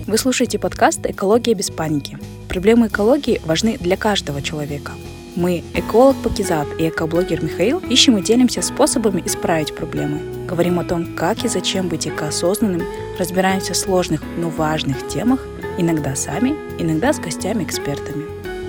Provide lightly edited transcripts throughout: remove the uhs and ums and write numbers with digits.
Вы слушаете подкаст «Экология без паники». Проблемы экологии важны для каждого человека. Мы, эколог Пакизат и экоблогер Михаил, ищем и делимся способами исправить проблемы. Говорим о том, как и зачем быть экоосознанным, разбираемся в сложных, но важных темах, иногда сами, иногда с гостями-экспертами.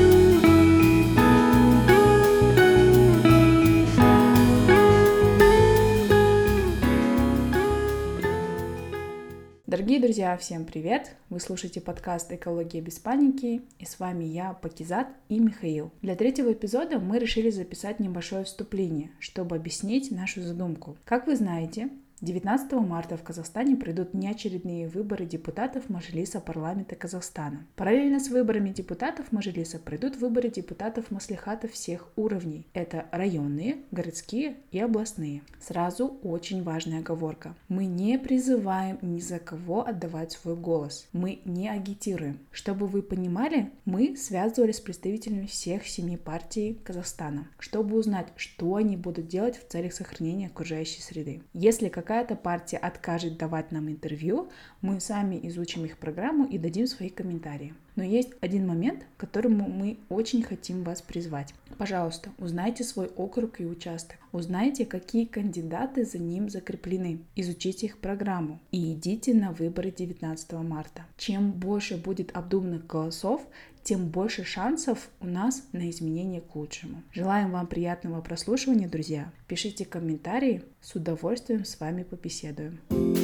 Дорогие друзья, всем привет! Вы слушаете подкаст «Экология без паники», и с вами я, Пакизат и Михаил. Для третьего эпизода мы решили записать небольшое вступление, чтобы объяснить нашу задумку. Как вы знаете, 19 марта в Казахстане пройдут неочередные выборы депутатов Мажилиса парламента Казахстана. Параллельно с выборами депутатов Мажилиса пройдут выборы депутатов маслихата всех уровней. Это районные, городские и областные. Сразу очень важная оговорка. Мы не призываем ни за кого отдавать свой голос. Мы не агитируем. Чтобы вы понимали, мы связывались с представителями всех 7 партий Казахстана, чтобы узнать, что они будут делать в целях сохранения окружающей среды. Если какая-то партия откажет давать нам интервью, мы сами изучим их программу и дадим свои комментарии. Но есть один момент, к которому мы очень хотим вас призвать. Пожалуйста, узнайте свой округ и участок. Узнайте, какие кандидаты за ним закреплены. Изучите их программу и идите на выборы 19 марта. Чем больше будет обдуманных голосов, тем больше шансов у нас на изменение к лучшему. Желаем вам приятного прослушивания, друзья. Пишите комментарии, с удовольствием с вами побеседуем.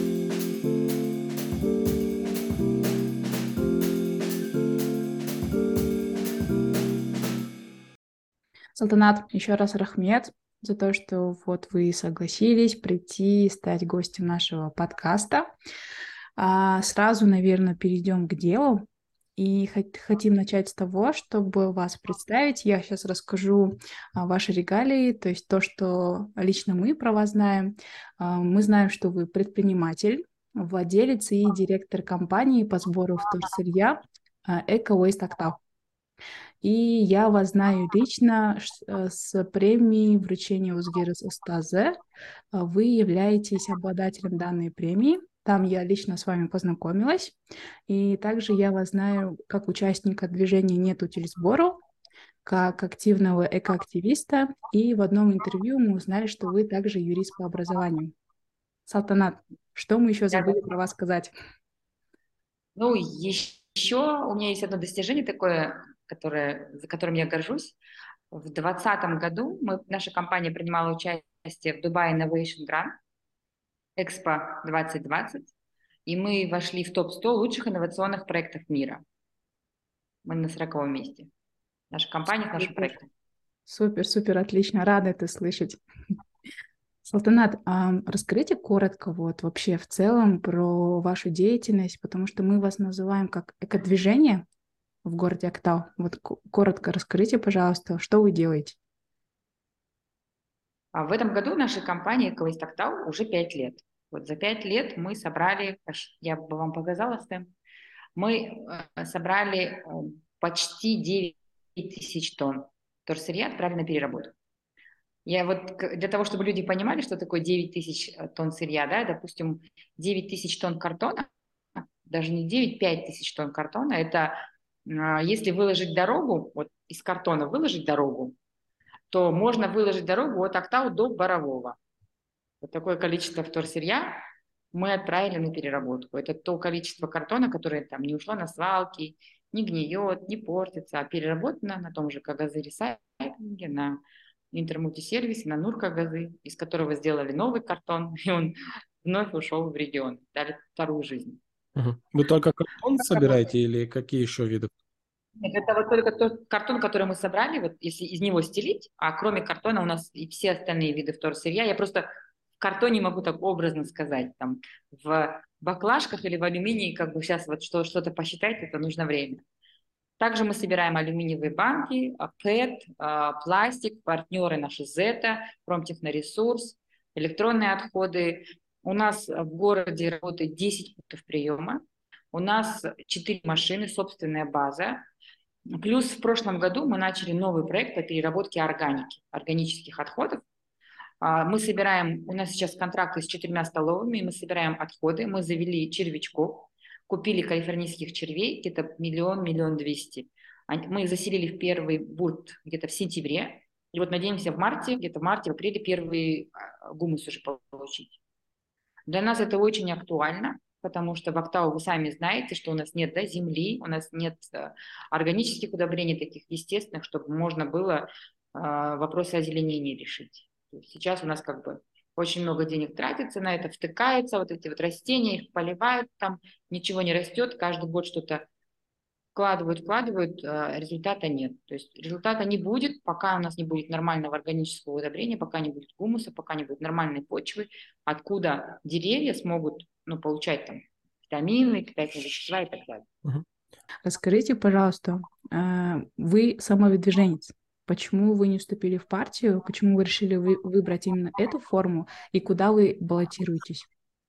Салтанат, еще раз рахмет за то, что вот вы согласились прийти и стать гостем нашего подкаста. Сразу, наверное, перейдем к делу. И хотим начать с того, чтобы вас представить. Я сейчас расскажу ваши регалии, то есть то, что лично мы про вас знаем. Мы знаем, что вы предприниматель, владелец и директор компании по сбору вторсырья Eco Waste Актау. И я вас знаю лично с премией вручения Узгерес Устазе. Вы являетесь обладателем данной премии. Там я лично с вами познакомилась. И также я вас знаю как участника движения «Нет утилизбору», как активного экоактивиста. И в одном интервью мы узнали, что вы также юрист по образованию. Салтанат, что мы еще забыли про вас сказать? Ну, еще у меня есть одно достижение такое, за которым я горжусь. В 2020 году наша компания принимала участие в Dubai Innovation Grand Expo 2020, и мы вошли в топ-100 лучших инновационных проектов мира. Мы на 40-м месте. Наша компания с нашим проектом. Супер, отлично, рада это слышать. Салтанат, расскажите коротко вот вообще в целом про вашу деятельность, потому что мы вас называем как экодвижение в городе Актау. Вот коротко расскажите, пожалуйста, что вы делаете? В этом году нашей компании Eco Waste Актау уже 5 лет. Вот за 5 лет мы собрали, я бы вам показала, Сэм, мы собрали почти 9 тысяч тонн вторсырья, отправили на переработку. Я вот для того, чтобы люди понимали, что такое 9 тысяч тонн сырья, да, допустим, 9 тысяч тонн картона, даже не 9, 5 тысяч тонн картона, это если выложить дорогу, вот из картона выложить дорогу, то можно выложить дорогу от Актау до Борового. Вот такое количество вторсырья мы отправили на переработку. Это то количество картона, которое там не ушло на свалки, не гниет, не портится, а переработано на том же КГЗ ресайклинге, на интермультисервисе, на Нур-КГЗ, из которого сделали новый картон, и он вновь ушел в регион, дали вторую жизнь. Вы только картон собираете или какие еще виды? Нет, это вот только тот картон, который мы собрали, вот если из него стелить, а кроме картона у нас и все остальные виды вторсырья. Я просто в картоне могу так образно сказать, там в баклажках или в алюминии, как бы сейчас вот что-то посчитать, это нужно время. Также мы собираем алюминиевые банки, ПЭТ, пластик, партнеры наши Зета, Промтехноресурс, электронные отходы. У нас в городе работает 10 пунктов приема. У нас 4 машины, собственная база. Плюс в прошлом году мы начали новый проект по переработке органических отходов. Мы собираем, у нас сейчас контракты с 4 столовыми, мы собираем отходы, мы завели червячков, купили калифорнийских червей, где-то миллион 200. Мы их заселили в первый бурт где-то в сентябре. И вот надеемся в марте, где-то в марте-апреле первый гумус уже получить. Для нас это очень актуально, потому что в Актау вы сами знаете, что у нас нет, да, земли, у нас нет органических удобрений таких естественных, чтобы можно было вопросы озеленения решить. То есть сейчас у нас как бы очень много денег тратится на это, втыкается, вот эти вот растения, их поливают, там ничего не растет, каждый год что-то вкладывают, результата нет. То есть результата не будет, пока у нас не будет нормального органического удобрения, пока не будет гумуса, пока не будет нормальной почвы, откуда деревья смогут, ну, получать там витамины, питательные вещества и так далее. Расскажите, пожалуйста, вы самовыдвиженец. Почему вы не вступили в партию? Почему вы решили выбрать именно эту форму? И куда вы баллотируетесь?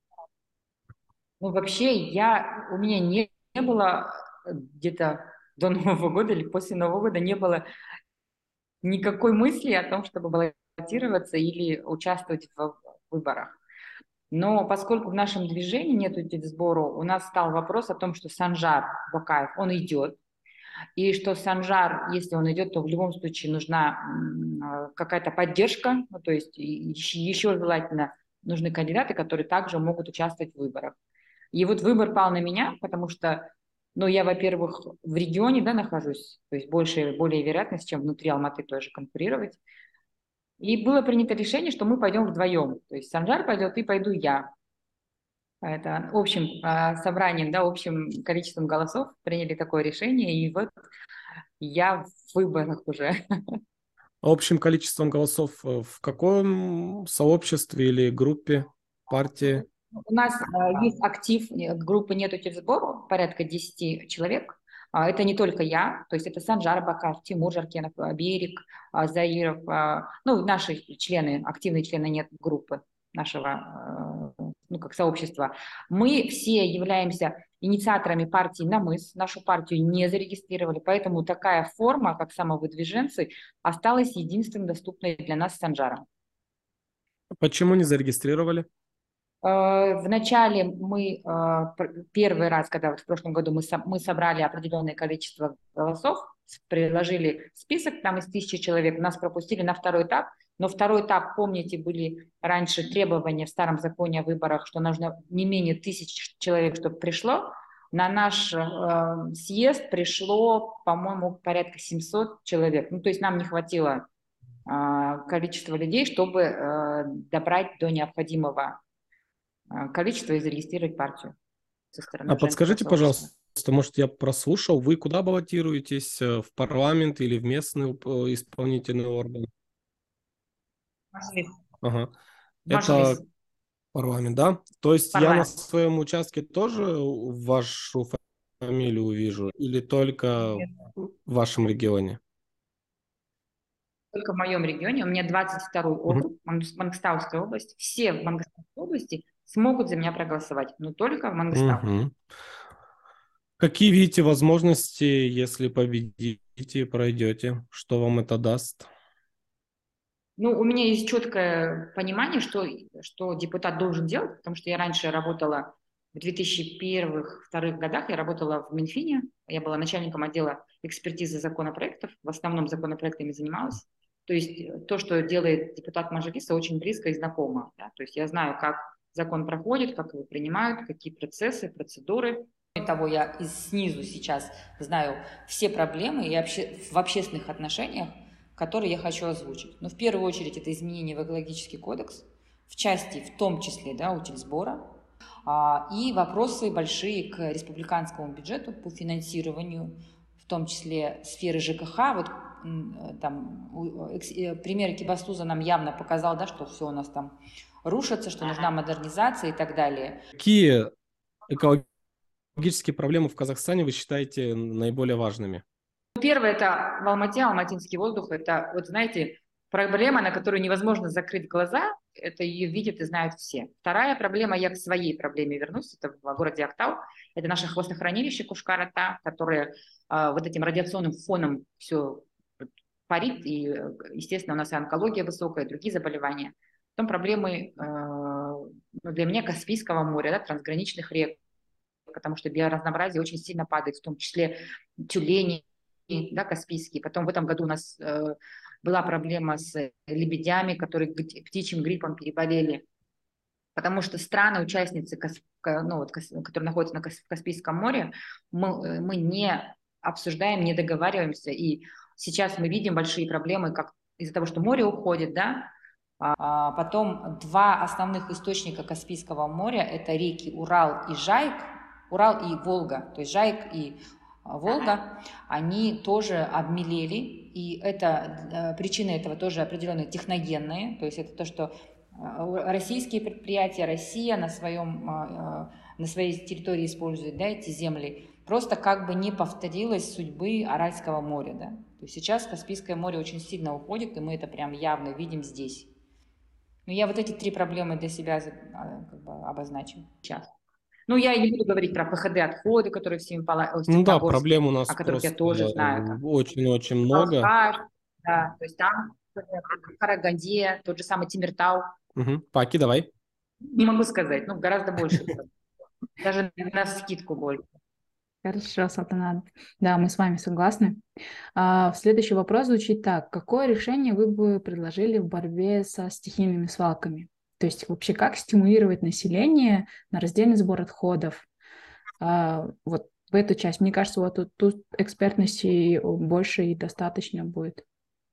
Ну, вообще, у меня не было где-то до Нового года или после Нового года не было никакой мысли о том, чтобы баллотироваться или участвовать в выборах. Но поскольку в нашем движении нет сбору, у нас стал вопрос о том, что Санжар Бакаев, он идет, и что Санжар, если он идет, то в любом случае нужна какая-то поддержка, ну, то есть еще желательно нужны кандидаты, которые также могут участвовать в выборах. И вот выбор пал на меня, потому что, ну, я, во-первых, в регионе, да, нахожусь, то есть более вероятность, чем внутри Алматы тоже конкурировать. И было принято решение, что мы пойдем вдвоем. То есть Санжар пойдет и пойду я. Это общим собранием, да, общим количеством голосов приняли такое решение, и вот я в выборах уже. Общим количеством голосов в каком сообществе или группе, партии? У нас есть актив, группы «Нету сбору», порядка 10 человек. Это не только я, то есть это Санжар Бакаев, Тимур Жаркенов, Берик, Заиров, ну, наши члены, активные члены нет группы нашего, ну, как сообщества. Мы все являемся инициаторами партии «Намыс», нашу партию не зарегистрировали, поэтому такая форма, как самовыдвиженцы, осталась единственной доступной для нас с Санжаром. Почему не зарегистрировали? Вначале мы первый раз, когда вот в прошлом году мы собрали определенное количество голосов, приложили список там из 1000 человек, нас пропустили на второй этап, но второй этап, помните, были раньше требования в старом законе о выборах, что нужно не менее 1000 человек, чтобы пришло. На наш съезд пришло, по-моему, порядка 700 человек. Ну, то есть нам не хватило количества людей, чтобы добрать до необходимого количество и зарегистрировать партию со стороны А женского подскажите, сообщества. пожалуйста, может, я прослушал, вы куда баллотируетесь? В парламент или в местный исполнительный орган? Мажилис. Ага. Мажилис. Это парламент, да? То есть я на Парламент. своем участке тоже вашу фамилию увижу или только Нет, в вашем регионе? только в моем регионе. У меня 22-й Мгм. округ, Мангыстауская область. Все в Мангыстауской области смогут за меня проголосовать, но только в Мангыстау. Мгм. Какие видите возможности, если победите и пройдете? Что вам это даст? Ну, у меня есть четкое понимание, что депутат должен делать, потому что я раньше работала в 2001-2002 годах, я работала в Минфине, я была начальником отдела экспертизы законопроектов, в основном законопроектами занималась. То есть то, что делает депутат Мажилиса, очень близко и знакомо. Да? То есть я знаю, как закон проходит, как его принимают, какие процессы, процедуры. Кроме того, я снизу сейчас знаю все проблемы и в общественных отношениях, которые я хочу озвучить. Но в первую очередь это изменение в экологический кодекс, в части, в том числе, да, утильсбора, и вопросы большие к республиканскому бюджету по финансированию, в том числе сферы ЖКХ. Вот там пример Экибастуза нам явно показал, да, что все у нас там рушится, что нужна модернизация и так далее. Какие экологические проблемы в Казахстане вы считаете наиболее важными? Первое – это в Алмате, алматинский воздух. Это, вот знаете, проблема, на которую невозможно закрыть глаза. Это ее видят и знают все. Вторая проблема, я к своей проблеме вернусь, это в городе Актау. Это наше хвостохранилище Кушкарата, которое вот этим радиационным фоном все парит. И, естественно, у нас и онкология высокая, и другие заболевания. В. Потом проблемы для меня Каспийского моря, да, трансграничных рек. потому что биоразнообразие очень сильно падает, в том числе тюлени, да, каспийские. Потом в этом году у нас была проблема с лебедями, которые птичьим гриппом переболели, потому что страны-участницы, которые находятся в Каспийском море, мы не обсуждаем, не договариваемся, и сейчас мы видим большие проблемы, как из-за того, что море уходит, да. Потом два основных источника Каспийского моря – это реки Урал и Жайк, Урал и Волга, то есть Жайк и Волга, они тоже обмелели, и причины этого тоже определенные техногенные, то есть это то, что российские предприятия, Россия на своей территории использует, да, эти земли, просто как бы не повторилась судьбы Аральского моря. Да? То есть сейчас Каспийское море очень сильно уходит, и мы это прям явно видим здесь. Но я вот эти три проблемы для себя как бы обозначу сейчас. Ну, я и не буду говорить про ПХД-отходы, которые в Ну да, Степногорске, проблем у нас о которых я просто тоже знаю. очень-очень много. Алхаш, да, то есть там Караганде, тот же самый Тимиртау. Паки, давай. Не могу сказать, ну, гораздо больше. Даже на скидку больше. Хорошо, Салтанат. Да, мы с вами согласны. Следующий вопрос звучит так. Какое решение вы бы предложили в борьбе со стихийными свалками? То есть вообще как стимулировать население на раздельный сбор отходов? Вот в эту часть, мне кажется, вот тут экспертности больше и достаточно будет.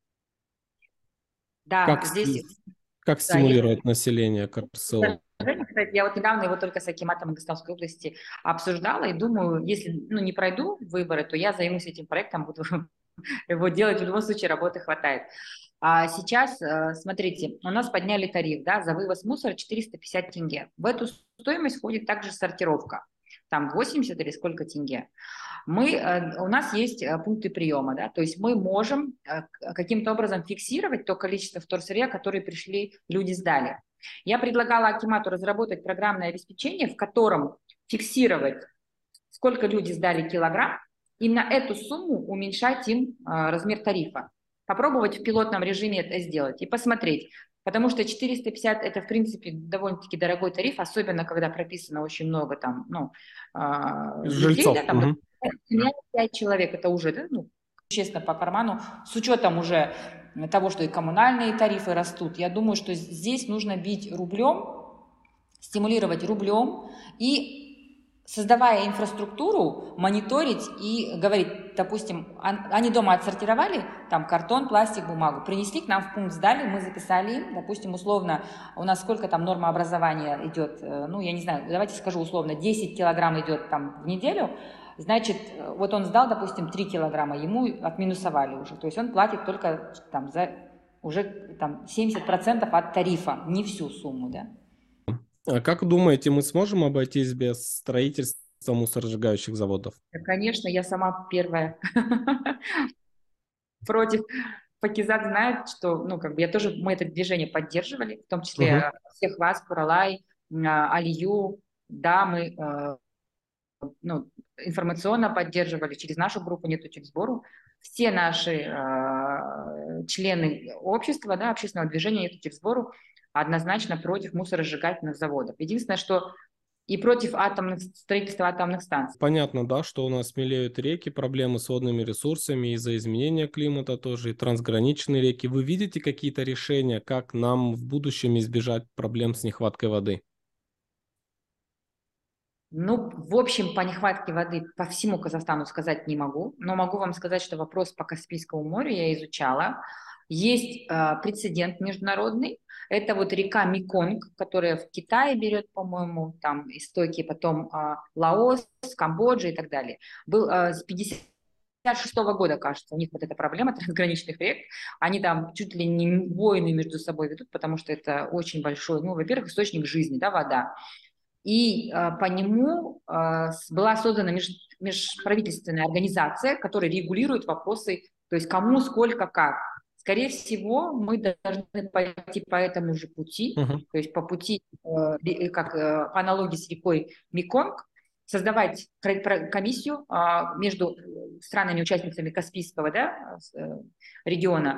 Да, здесь... Как Да, стимулировать население к РСО? Кстати, я вот недавно его только с акиматом Мангостауской области обсуждала и думаю, если не пройду выборы, то я займусь этим проектом, буду его делать. В любом случае работы хватает. А сейчас, смотрите, у нас подняли тариф, да, за вывоз мусора 450 тенге. В эту стоимость входит также сортировка. Там 80 или сколько тенге. У нас есть пункты приема, да, то есть мы можем каким-то образом фиксировать то количество вторсырья, которые люди сдали. Я предлагала акимату разработать программное обеспечение, в котором фиксировать, сколько люди сдали килограмм, и на эту сумму уменьшать им размер тарифа. Попробовать в пилотном режиме это сделать и посмотреть. Потому что 450 – это, в принципе, довольно-таки дорогой тариф, особенно когда прописано очень много там, людей, да, там, 5 человек, это уже, да, честно, по карману, с учетом уже того, что и коммунальные тарифы растут. Я думаю, что здесь нужно бить рублем, стимулировать рублем и, создавая инфраструктуру, мониторить и говорить, допустим, они дома отсортировали, там картон, пластик, бумагу, принесли к нам в пункт, сдали, мы записали им, допустим, условно, у нас сколько там норма образования идет, я не знаю, давайте скажу условно, 10 килограмм идет там в неделю, значит, вот он сдал, допустим, 3 килограмма, ему отминусовали уже, то есть он платит только там уже 70% от тарифа, не всю сумму, да. А как думаете, мы сможем обойтись без строительства мусоросжигающих заводов? Да, конечно, я сама первая против. Пакизат знает, что, мы это движение поддерживали, в том числе всех вас, Куралай, Алию, да, мы информационно поддерживали через нашу группу «Нету техсбору». Все наши члены общества, да, общественного движения «Нету техсбору» однозначно против мусоросжигательных заводов. Единственное, что и против строительства атомных станций. Понятно, да, что у нас мелеют реки, проблемы с водными ресурсами из-за изменения климата тоже, и трансграничные реки. Вы видите какие-то решения, как нам в будущем избежать проблем с нехваткой воды? В общем, по нехватке воды по всему Казахстану сказать не могу, но могу вам сказать, что вопрос по Каспийскому морю я изучала. Есть прецедент международный. Это вот река Меконг, которая в Китае берет, по-моему, там истоки, потом Лаос, Камбоджа и так далее. Был с 56-го года, кажется, у них вот эта проблема трансграничных рек. Они там чуть ли не войны между собой ведут, потому что это очень большой, во-первых, источник жизни, да, вода. И по нему была создана межправительственная организация, которая регулирует вопросы, то есть кому, сколько, как. Скорее всего, мы должны пойти по этому же пути, то есть по пути, по аналогии с рекой Меконг, создавать комиссию между странами-участницами Каспийского, да, региона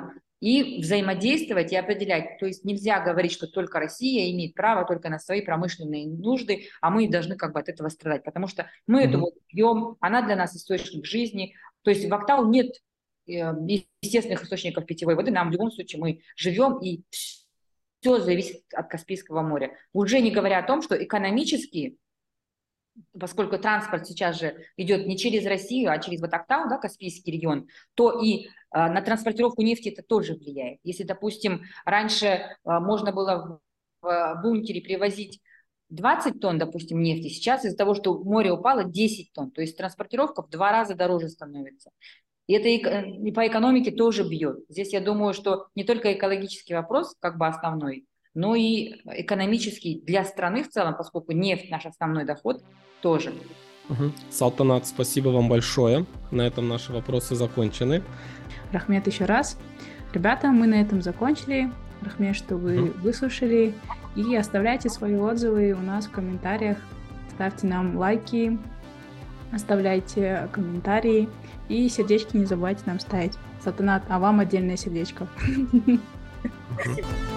и взаимодействовать и определять. То есть нельзя говорить, что только Россия имеет право только на свои промышленные нужды, а мы должны как бы от этого страдать, потому что мы эту воду пьем, она для нас источник жизни. То есть в Актау нет естественных источников питьевой воды, нам в любом случае мы живем, и все зависит от Каспийского моря. Уже не говоря о том, что экономически, поскольку транспорт сейчас же идет не через Россию, а через вот Актау, да, Каспийский регион, то и на транспортировку нефти это тоже влияет. Если, допустим, раньше можно было в бункере привозить 20 тонн, допустим, нефти, сейчас из-за того, что море упало, 10 тонн. То есть транспортировка в 2 раза дороже становится. И это и по экономике тоже бьет. Здесь я думаю, что не только экологический вопрос как бы основной, но и экономический для страны в целом, поскольку нефть наш основной доход тоже. Салтанат, спасибо вам большое. На этом наши вопросы закончены. Рахмет еще раз. Ребята, мы на этом закончили. Рахмет, что вы выслушали. И оставляйте свои отзывы у нас в комментариях. Ставьте нам лайки, оставляйте комментарии. И сердечки не забывайте нам ставить. Салтанат, а вам отдельное сердечко. Спасибо.